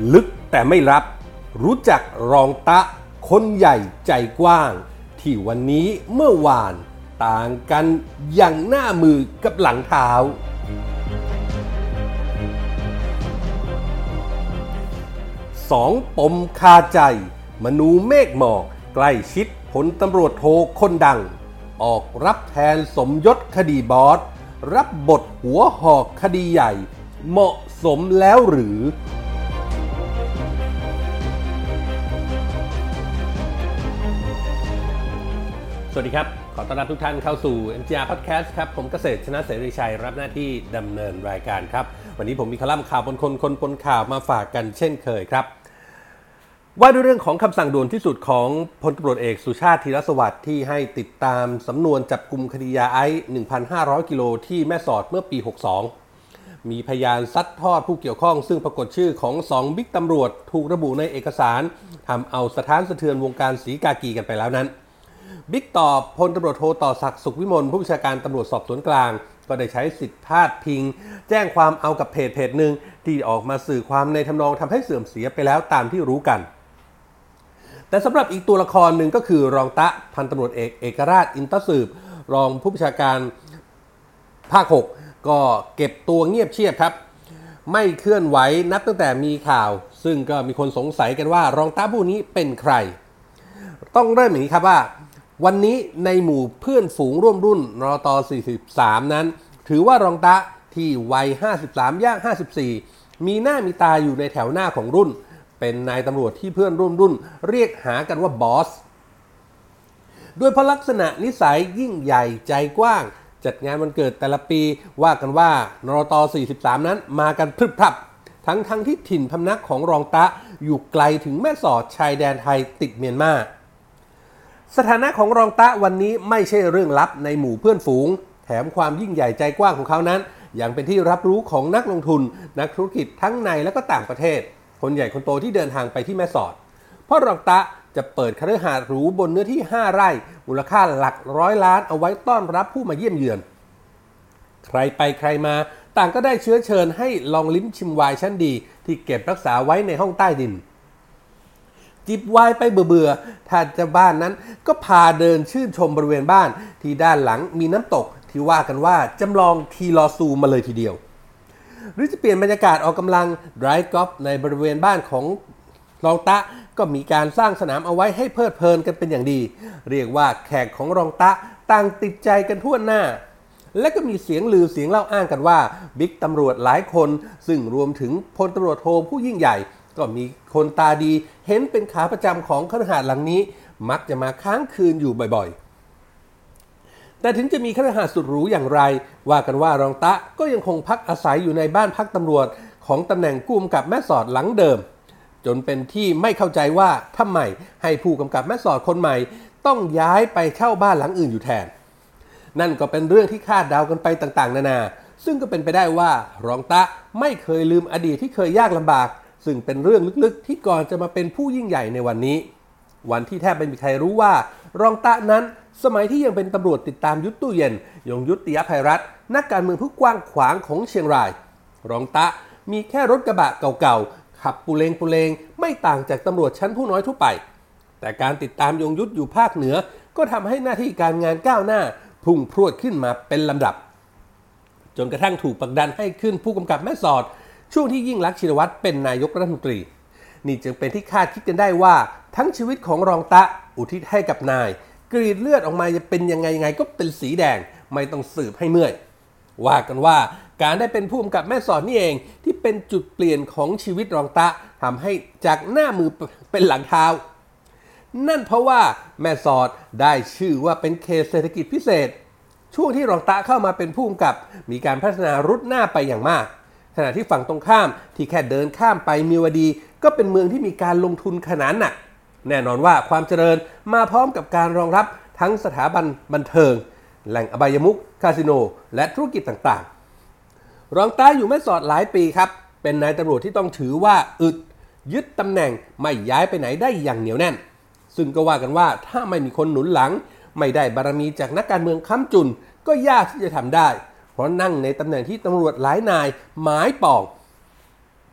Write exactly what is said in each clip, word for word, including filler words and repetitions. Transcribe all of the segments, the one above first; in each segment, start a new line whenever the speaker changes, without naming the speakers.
ลึกแต่ไม่รับรู้จักรองตะคนใหญ่ใจกว้างที่วันนี้เมื่อวานต่างกันอย่างหน้ามือกับหลังเท้าสองปมคาใจมนูเมฆหมอกใกล้ชิดพลตำรวจโทคนดังออกรับแทนสมยศคดีบอสรับบทหัวหอกคดีใหญ่เหมาะสมแล้วหรือสวัสดีครับขอต้อนรับทุกท่านเข้าสู่ เอ็ม จี อาร์ Podcast ครับผมเกษตรชนะเสรีชัยรับหน้าที่ดำเนินรายการครับวันนี้ผมมีคอลัมน์ข่าวบนคนคนปนข่าวมาฝากกันเช่นเคยครับว่าด้วยเรื่องของคำสั่งด่วนที่สุดของพลตำรวจเอกสุชาติธีรสวัสดิ์ที่ให้ติดตามสำนวนจับกุมคดียาไอซ์ หนึ่งพันห้าร้อย กิโลที่แม่สอดเมื่อปี หกสอง มีพยานซัดทอดผู้เกี่ยวข้องซึ่งปรากฏชื่อของสองบิ๊กตำรวจถูกระบุในเอกสารทำเอาสะท้านสะเทือนวงการศรีกากีกันไปแล้วนั้นบิ๊กต่อพลตำรวจโทต่อศักดิ์สุขวิมลผู้บัญชาการตำรวจสอบสวนกลางก็ได้ใช้สิทธิพาดพิงแจ้งความเอากับเพจเพจหนึ่งที่ออกมาสื่อความในทำนองทำให้เสื่อมเสียไปแล้วตามที่รู้กันแต่สำหรับอีกตัวละครหนึ่งก็คือรองตะพันตำรวจเอกเอกราชอินทสืบรองผู้บัญชาการภาคหกก็เก็บตัวเงียบเชียบครับไม่เคลื่อนไหวนับตั้งแต่มีข่าวซึ่งก็มีคนสงสัยกันว่ารองตะผู้นี้เป็นใครต้องเริ่มอย่างนี้ครับว่าวันนี้ในหมู่เพื่อนฝูงร่วมรุ่นนต.สี่สิบสามนั้นถือว่ารองตะที่วัยห้าสิบสามย่างห้าสิบสี่มีหน้ามีตาอยู่ในแถวหน้าของรุ่นเป็นนายตำรวจที่เพื่อนร่วมรุ่นเรียกหากันว่าบอสด้วยเพราะลักษณะนิสัยยิ่งใหญ่ใจกว้างจัดงานวันเกิดแต่ละปีว่ากันว่านต.สี่สิบสามนั้นมากันพรึบพรับทั้งทั้งที่ถิ่นพำนักของรองตะอยู่ไกลถึงแม่สอดชายแดนไทยติดเมียนมาสถานะของรองตะวันนี้ไม่ใช่เรื่องลับในหมู่เพื่อนฝูงแถมความยิ่งใหญ่ใจกว้างของเขานั้นยังเป็นที่รับรู้ของนักลงทุนนักธุรกิจทั้งในและก็ต่างประเทศคนใหญ่คนโตที่เดินทางไปที่แม่สอดเพราะรองตะจะเปิดคฤหาสน์หรูบนเนื้อที่ห้าไร่มูลค่าหลักร้อยล้านเอาไว้ต้อนรับผู้มาเยี่ยมเยือนใครไปใครมาต่างก็ได้เชื้อเชิญให้ลองลิ้มชิมไวน์ชั้นดีที่เก็บรักษาไว้ในห้องใต้ดินจิบไวน์ไปเบื่อๆถ้าจะบ้านนั้นก็พาเดินชื่นชมบริเวณบ้านที่ด้านหลังมีน้ำตกที่ว่ากันว่าจำลองทีลอซูมาเลยทีเดียวหรือจะเปลี่ยนบรรยากาศออกกำลังไดรฟ์กอล์ฟในบริเวณบ้านของรองตะก็มีการสร้างสนามเอาไว้ให้เพลิดเพลินกันเป็นอย่างดีเรียกว่าแขกของรองตะต่างติดใจกันทั่วหน้าและก็มีเสียงลือเสียงเล่าอ้างกันว่าบิ๊กตำรวจหลายคนซึ่งรวมถึงพลตำรวจโทผู้ยิ่งใหญ่ก็มีคนตาดีเห็นเป็นขาประจำของคฤหาสน์หลังนี้มักจะมาค้างคืนอยู่บ่อยๆแต่ถึงจะมีคฤหาสน์สุดหรูอย่างไรว่ากันว่ารองตะก็ยังคงพักอาศัยอยู่ในบ้านพักตำรวจของตำแหน่งผู้กำกับแม่สอดหลังเดิมจนเป็นที่ไม่เข้าใจว่าทำไมให้ผู้กำกับแม่สอดคนใหม่ต้องย้ายไปเช่าบ้านหลังอื่นอยู่แทนนั่นก็เป็นเรื่องที่คาดเดากันไปต่างๆนานาซึ่งก็เป็นไปได้ว่ารองตะไม่เคยลืมอดีตที่เคยยากลำบากซึ่งเป็นเรื่องลึกๆที่ก่อนจะมาเป็นผู้ยิ่งใหญ่ในวันนี้วันที่แทบไม่มีใครรู้ว่ารองตะนั้นสมัยที่ยังเป็นตำรวจติดตามยุทธตู้เย็นยงยุทธ ติยภัยรัตน์นักการเมืองผู้กว้างขวางของเชียงรายรองตะมีแค่รถกระบะเก่าๆขับปุเรงปุเรงไม่ต่างจากตำรวจชั้นผู้น้อยทั่วไปแต่การติดตามยงยุทธอยู่ภาคเหนือก็ทำให้หน้าที่การงานก้าวหน้าพุ่งพรวดขึ้นมาเป็นลำดับจนกระทั่งถูกผลักดันให้ขึ้นผู้กำกับแม่สอดช่วงที่ยิ่งลักษณ์ชินวัตรเป็นนายกรัฐมนตรีนี่จึงเป็นที่คาดคิดกันได้ว่าทั้งชีวิตของรองตะอุทิศให้กับนายกรีดเลือดออกมาจะเป็นยังไงไงก็เป็นสีแดงไม่ต้องสืบให้เมื่อยว่ากันว่าการได้เป็นผู้กำกับแม่สอดนี่เองที่เป็นจุดเปลี่ยนของชีวิตรองตะทำให้จากหน้ามือเป็นหลังเท้านั่นเพราะว่าแม่สอดได้ชื่อว่าเป็นเขตเศรษฐกิจพิเศษช่วงที่รองตะเข้ามาเป็นผู้กำกับมีการพัฒนารุดหน้าไปอย่างมากขณะที่ฝั่งตรงข้ามที่แค่เดินข้ามไปมีวดีก็เป็นเมืองที่มีการลงทุนขนาดหนักแน่นอนว่าความเจริญมาพร้อมกับการรองรับทั้งสถาบันบันเทิงแหล่งอบายมุขคาสิโนและธุรกิจต่างๆรองตะอยู่แม่สอดหลายปีครับเป็นนายตำรวจที่ต้องถือว่าอึดยึดตำแหน่งไม่ย้ายไปไหนได้อย่างเหนียวแน่นซึ่งก็ว่ากันว่าถ้าไม่มีคนหนุนหลังไม่ได้บารมีจากนักการเมืองค้ำจุนก็ยากที่จะทำได้เพราะนั่งในตำแหน่งที่ตำรวจหลายนายหมายปอง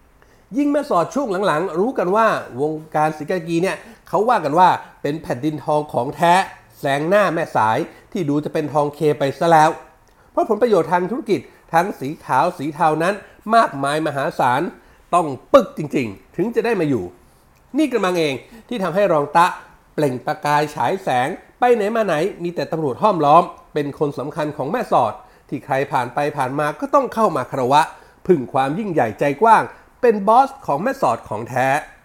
ยิ่งแม่สอดช่วงหลังๆรู้กันว่าวงการศรีกากีเนี่ยเขาว่ากันว่าเป็นแผ่นดินทองของแท้แซงหน้าแม่สายที่ดูจะเป็นทองเคไปซะแล้วเพราะผลประโยชน์ทางธุรกิจทั้งสีขาวสีเทานั้นมากมายมหาศาลต้องปึกจริงๆถึงจะได้มาอยู่นี่กระมังเองที่ทำให้รองตะเปล่งประกายฉายแสงไปไหนมาไหนมีแต่ตำรวจห้อมล้อมเป็นคนสำคัญของแม่สอดที่ใครผ่านไปผ่านมาก็ต้องเข้ามาคารวะพึ่งความยิ่งใหญ่ใจกว้างเป็นบอสของแม่สอดของแท้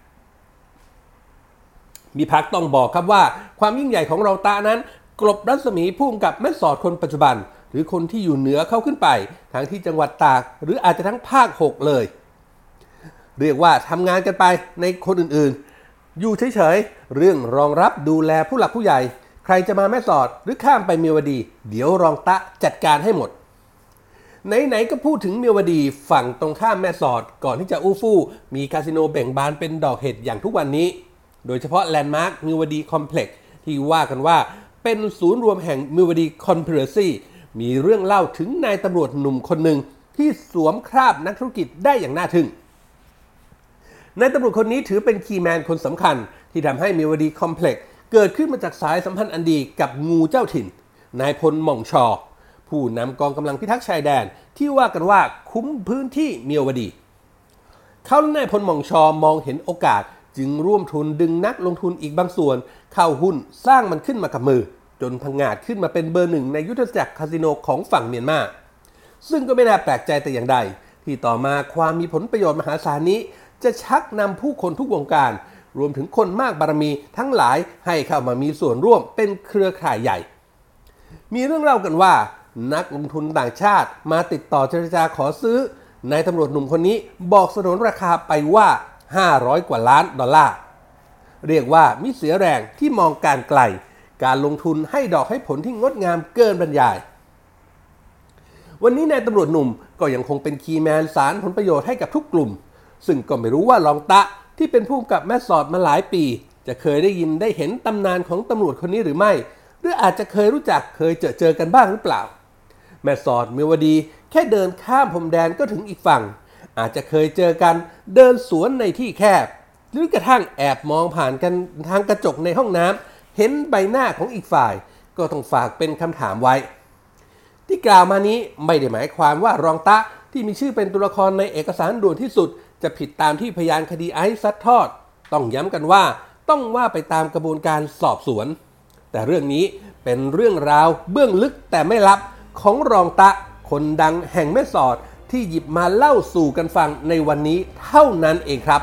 มีพักต้องบอกครับว่าความยิ่งใหญ่ของรองตะนั้นกลบรัศมีพุ่มกับแม่สอดคนปัจจุบันหรือคนที่อยู่เหนือเข้าขึ้นไปทั้งที่จังหวัดตากหรืออาจจะทั้งภาคหกเลยเรียกว่าทำงานกันไปในคนอื่นๆอยู่เฉยๆเรื่องรองรับดูแลผู้หลักผู้ใหญ่ใครจะมาแม่สอดหรือข้ามไปเมียวดีเดี๋ยวรองตะจัดการให้หมดไหนๆก็พูดถึงเมียวดีฝั่งตรงข้ามแม่สอดก่อนที่จะอู้ฟู่มีคาสิโนเบ่งบานเป็นดอกเห็ดอย่างทุกวันนี้โดยเฉพาะแลนด์มาร์คเมียวดีคอมเพล็กซ์ที่ว่ากันว่าเป็นศูนย์รวมแห่งเมียวดีคอนเพรสซี่มีเรื่องเล่าถึงนายตำรวจหนุ่มคนหนึ่งที่สวมคราบนักธุรกิจได้อย่างน่าทึ่งนายตำรวจคนนี้ถือเป็นคีย์แมนคนสำคัญที่ทำให้เมียวดีคอมเพล็กซ์เกิดขึ้นมาจากสายสัมพันธ์อันดีกับงูเจ้าถิ่นนายพลหม่องชอผู้นำกองกำลังพิทักษ์ชายแดนที่ว่ากันว่าคุ้มพื้นที่เมียวดีเขาและนายพลหม่องชอมองเห็นโอกาสจึงร่วมทุนดึงนักลงทุนอีกบางส่วนเข้าหุ้นสร้างมันขึ้นมากับมือจนพังงาดขึ้นมาเป็นเบอร์หนึ่งในยุทธจักรคาสิโนของฝั่งเมียนมาซึ่งก็ไม่น่าแปลกใจแต่อย่างใดที่ต่อมาความมีผลประโยชน์มหาศาลนี้จะชักนำผู้คนทุกวงการรวมถึงคนมากบารมีทั้งหลายให้เข้ามามีส่วนร่วมเป็นเครือข่ายใหญ่มีเรื่องเล่ากันว่านักลงทุนต่างชาติมาติดต่อเจรจาขอซื้อนายตำรวจหนุ่มคนนี้บอกสนนราคาไปว่าห้าร้อยกว่าล้านดอลลาร์เรียกว่ามิเสียแรงที่มองการไกลการลงทุนให้ดอกให้ผลที่งดงามเกินบรรยายวันนี้นายตำรวจหนุ่มก็ยังคงเป็นคีย์แมนสารผลประโยชน์ให้กับทุกกลุ่มซึ่งก็ไม่รู้ว่ารองตะที่เป็นผู้กำกับแม่สอดมาหลายปีจะเคยได้ยินได้เห็นตำนานของตำรวจคนนี้หรือไม่หรืออาจจะเคยรู้จักเคยเจอเจอกันบ้างหรือเปล่าแม่สอดเมียวดีแค่เดินข้ามพรมแดนก็ถึงอีกฝั่งอาจจะเคยเจอกันเดินสวนในที่แคบหรือกระทั่งแอบมองผ่านกันทางกระจกในห้องน้ำเห็นใบหน้าของอีกฝ่ายก็ต้องฝากเป็นคำถามไว้ที่กล่าวมานี้ไม่ได้หมายความว่ารองตะที่มีชื่อเป็นตัวละครในเอกสารด่วนที่สุดจะผิดตามที่พยานคดีไอซ์ซัดทอดต้องย้ำกันว่าต้องว่าไปตามกระบวนการสอบสวนแต่เรื่องนี้เป็นเรื่องราวเบื้องลึกแต่ไม่ลับของรองตะคนดังแห่งแม่สอดที่หยิบมาเล่าสู่กันฟังในวันนี้เท่านั้นเองครับ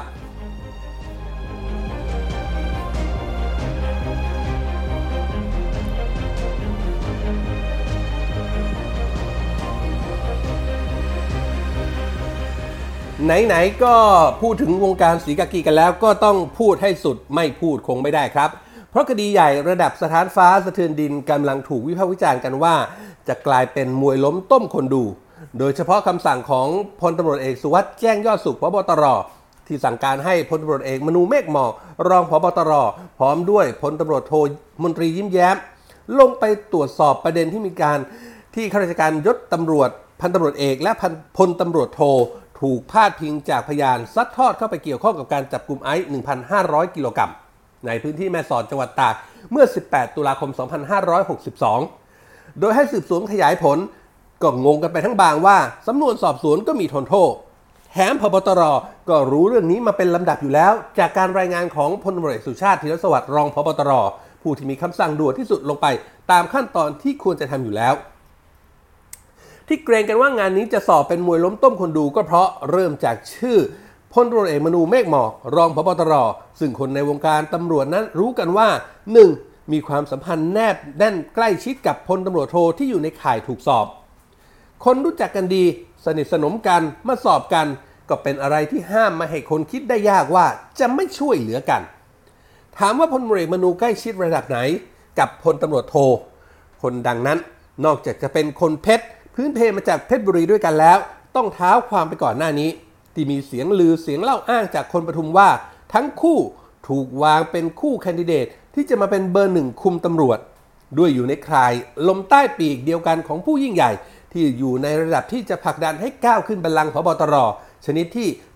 ไหนๆก็พูดถึงวงการศรีกากีกันแล้วก็ต้องพูดให้สุดไม่พูดคงไม่ได้ครับเพราะคดีใหญ่ระดับสถานฟ้าสะเทือนดินกำลังถูกวิพากษ์วิจารณ์กันว่าจะกลายเป็นมวยล้มต้มคนดูโดยเฉพาะคำสั่งของพลตำรวจเอกสุวัสด์แจ้งยอดสุข ผบ.ตร.ที่สั่งการให้พลตำรวจเอกมนูเมฆหมอกรองผบ.ตร.พร้อมด้วยพลตำรวจโทมนตรียิ้มแย้มลงไปตรวจสอบประเด็นที่มีการที่ข้าราชการยศตำรวจพันตำรวจเอกและพลตำรวจโทถูกพาดพิงจากพยานซัดทอดเข้าไปเกี่ยวข้องกับการจับกลุ่มไอซ์ หนึ่งพันห้าร้อย กิโลกรัมในพื้นที่แม่สอดจังหวัดตากเมื่อสิบแปดตุลาคมสองพันห้าร้อยหกสิบสองโดยให้สืบสวนขยายผลก็งงกันไปทั้งบางว่าสำนวนสอบสวนก็มีทนโทษแถมผบ.ตร.ก็รู้เรื่องนี้มาเป็นลำดับอยู่แล้วจากการรายงานของพลตำรวจเอกสุชาติธีรสวัสดิ์รองผบ.ตร.ผู้ที่มีคำสั่งด่วนที่สุดลงไปตามขั้นตอนที่ควรจะทำอยู่แล้วที่เกรงกันว่างานนี้จะสอบเป็นมวยล้มต้มคนดูก็เพราะเริ่มจากชื่อพลตำรวจเอกมนูเมฆหมอกรองผบ.ตร.ซึ่งคนในวงการตำรวจนั้นรู้กันว่า หนึ่ง. มีความสัมพันธ์แนบแน่นใกล้ชิดกับพลตำรวจโทที่อยู่ในข่ายถูกสอบคนรู้จักกันดีสนิทสนมกันมาสอบกันก็เป็นอะไรที่ห้ามไม่ให้คนคิดได้ยากว่าจะไม่ช่วยเหลือกันถามว่าพลตำรวจเอกมนูใกล้ชิดระดับไหนกับพลตำรวจโทคนดังนั้นนอกจากจะเป็นคนเพชรพื้นเพมาจากเพชรบุรีด้วยกันแล้วต้องเท้าความไปก่อนหน้านี้ที่มีเสียงลือเสียงเล่าอ้างจากคนปทุมว่าทั้งคู่ถูกวางเป็นคู่แคนดิเดตที่จะมาเป็นเบอร์หนึ่งคุมตำรวจด้วยอยู่ในข่ายลมใต้ปีกเดียวกันของผู้ยิ่งใหญ่ที่อยู่ในระดับที่จะผลักดันให้ก้าวขึ้นบัลลังก์ผบ.ตร.ชนิดที่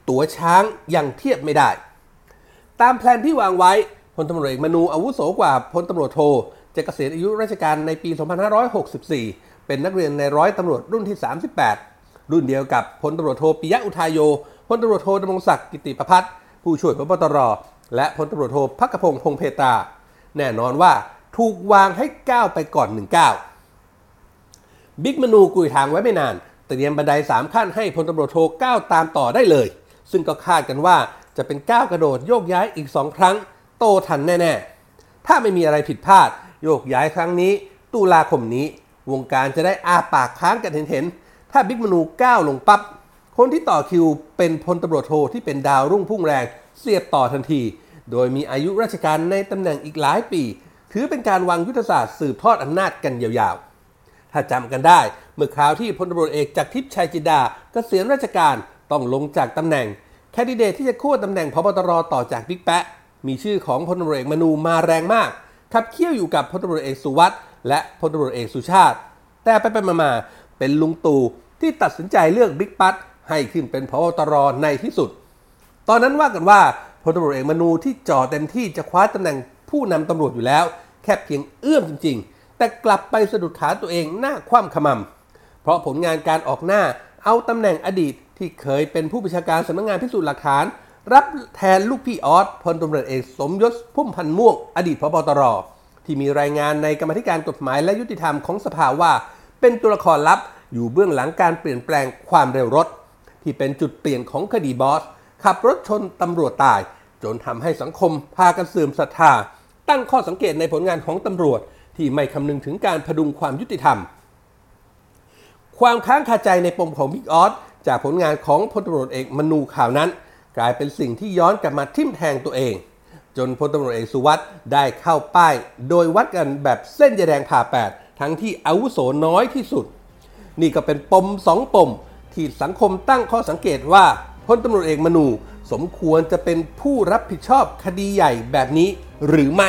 ตั๋วช้างยังเทียบไม่ได้ตามแผนที่วางไว้พลตำรวจเอกมนูอาวุโสกว่าพลตำรวจโทจะเกษียณอายุราชการในปี สองพันห้าร้อยหกสิบสี่ เป็นนักเรียนในร้อยตำรวจรุ่นที่ สามสิบแปด รุ่นเดียวกับพลตำรวจโทปิยะอุทายโยพลตำรวจโทดำรงศักดิ์กิติประภัสผู้ช่วยพบตรและพลตำรวจโทภักพงษ์พงษ์เพตราแน่นอนว่าถูกวางให้ก้าวไปก่อนหนึ่งก้าวบิ๊กมนูกุยทางไว้ไม่นานเตรียมบันไดสามขั้นให้พลตำรวจโทก้าวตามต่อได้เลยซึ่งก็คาดกันว่าจะเป็นก้าวกระโดดโยกย้ายอีกสองครั้งโตทันแน่ๆถ้าไม่มีอะไรผิดพลาดโยกย้ายครั้งนี้ตุลาคมนี้วงการจะได้อาปากค้างกันเห็นๆถ้าบิ๊กมนูก้าวลงปั๊บคนที่ต่อคิวเป็นพลตำรวจโทที่เป็นดาวรุ่งพุ่งแรงเสียบต่อทันทีโดยมีอายุราชการในตำแหน่งอีกหลายปีถือเป็นการวางยุทธศาสตร์สืบทอดอำนาจกันยาวๆถ้าจำกันได้เมื่อคราวที่พลตำรวจเอกจากทิพย์ชัยจินดาเกษียณราชการต้องลงจากตำแหน่งแคนดิเดตที่จะควบตำแหน่งผบ.ตร.ต่อจากบิ๊กแป๊ะมีชื่อของพลตำรวจเอกมนูมาแรงมากขับเคี่ยวอยู่กับพลตำรวจเอกสุวัฒน์และพลตำรวจเอกสุชาติแต่ไปไปมาๆเป็นลุงตู่ที่ตัดสินใจเลือกบิ๊กปั๊ดให้ขึ้นเป็นผบ.ตร.ในที่สุดตอนนั้นว่ากันว่าพลตำรวจเอกมนูที่จ่อเต็มที่จะคว้าตำแหน่งผู้นำตำรวจอยู่แล้วแค่เพียงเอื้อมจริงๆแต่กลับไปสะดุดขาตัวเองหน้าคว่ำขมำเพราะผลงานการออกหน้าเอาตำแหน่งอดีตที่เคยเป็นผู้บัญชาการสำนักงานพิสูจน์หลักฐานรับแทนลูกพี่ออสพลตำรวจเอกสมยศพุ่มพันธ์ม่วงอดีตผบ.ตร.ที่มีรายงานในกรรมาธิการกฎหมายและยุติธรรมของสภาว่าเป็นตัวละครลับอยู่เบื้องหลังการเปลี่ยนแปลงความเร็วรถที่เป็นจุดเปลี่ยนของคดีบอสขับรถชนตำรวจตายจนทำให้สังคมพากันเสื่อมศรัทธาตั้งข้อสังเกตในผลงานของตำรวจที่ไม่คำนึงถึงการพดุงความยุติธรรมความค้างคาใจในปมของบิ๊กออสจากผลงานของพลตำรวจเอกมนูข่าวนั้นกลายเป็นสิ่งที่ย้อนกลับมาทิ่มแทงตัวเองจนพลตำรวจเอกสุวัฒน์ได้เข้าป้ายโดยวัดกันแบบเส้นยาแดงผ่าแปดทั้งที่อาวุโสน้อยที่สุดนี่ก็เป็นปมสองปมที่สังคมตั้งข้อสังเกตว่าพลตำรวจเอกมนูสมควรจะเป็นผู้รับผิดชอบคดีใหญ่แบบนี้หรือไม่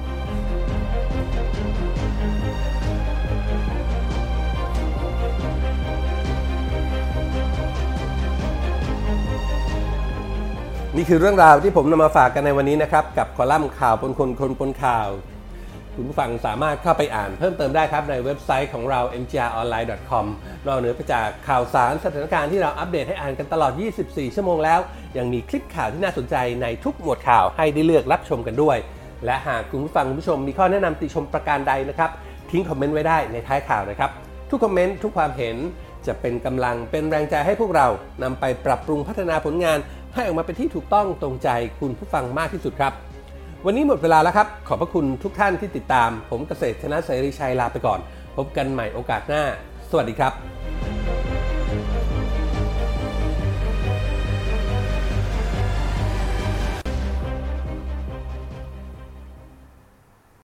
นี่คือเรื่องราวที่ผมนำมาฝากกันในวันนี้นะครับกับคอลัมน์ข่าวปนคนคนปนข่าวคุณผู้ฟังสามารถเข้าไปอ่านเพิ่มเติมได้ครับในเว็บไซต์ของเรา เอ็ม จี อาร์ ออนไลน์ ดอท คอม นอกเหนือไปจากข่าวสารสถานการณ์ที่เราอัปเดตให้อ่านกันตลอดยี่สิบสี่ชั่วโมงแล้วยังมีคลิปข่าวที่น่าสนใจในทุกหมวดข่าวให้ได้เลือกรับชมกันด้วยและหากคุณผู้ฟังคุณผู้ชมมีข้อแนะนำติชมประการใดนะครับทิ้งคอมเมนต์ไว้ได้ในท้ายข่าวนะครับทุกคอมเมนต์ทุกความเห็นจะเป็นกำลังเป็นแรงใจให้พวกเรานำไปปรับปรุงพัฒนาผลงานให้ออกมาเป็นที่ถูกต้องตรงใจคุณผู้ฟังมากที่สุดครับวันนี้หมดเวลาแล้วครับขอบพระคุณทุกท่านที่ติดตามผมเกษตรชนะเสรีชัยลาไปก่อนพบกันใหม่โอกาสหน้าสวัสดีครับ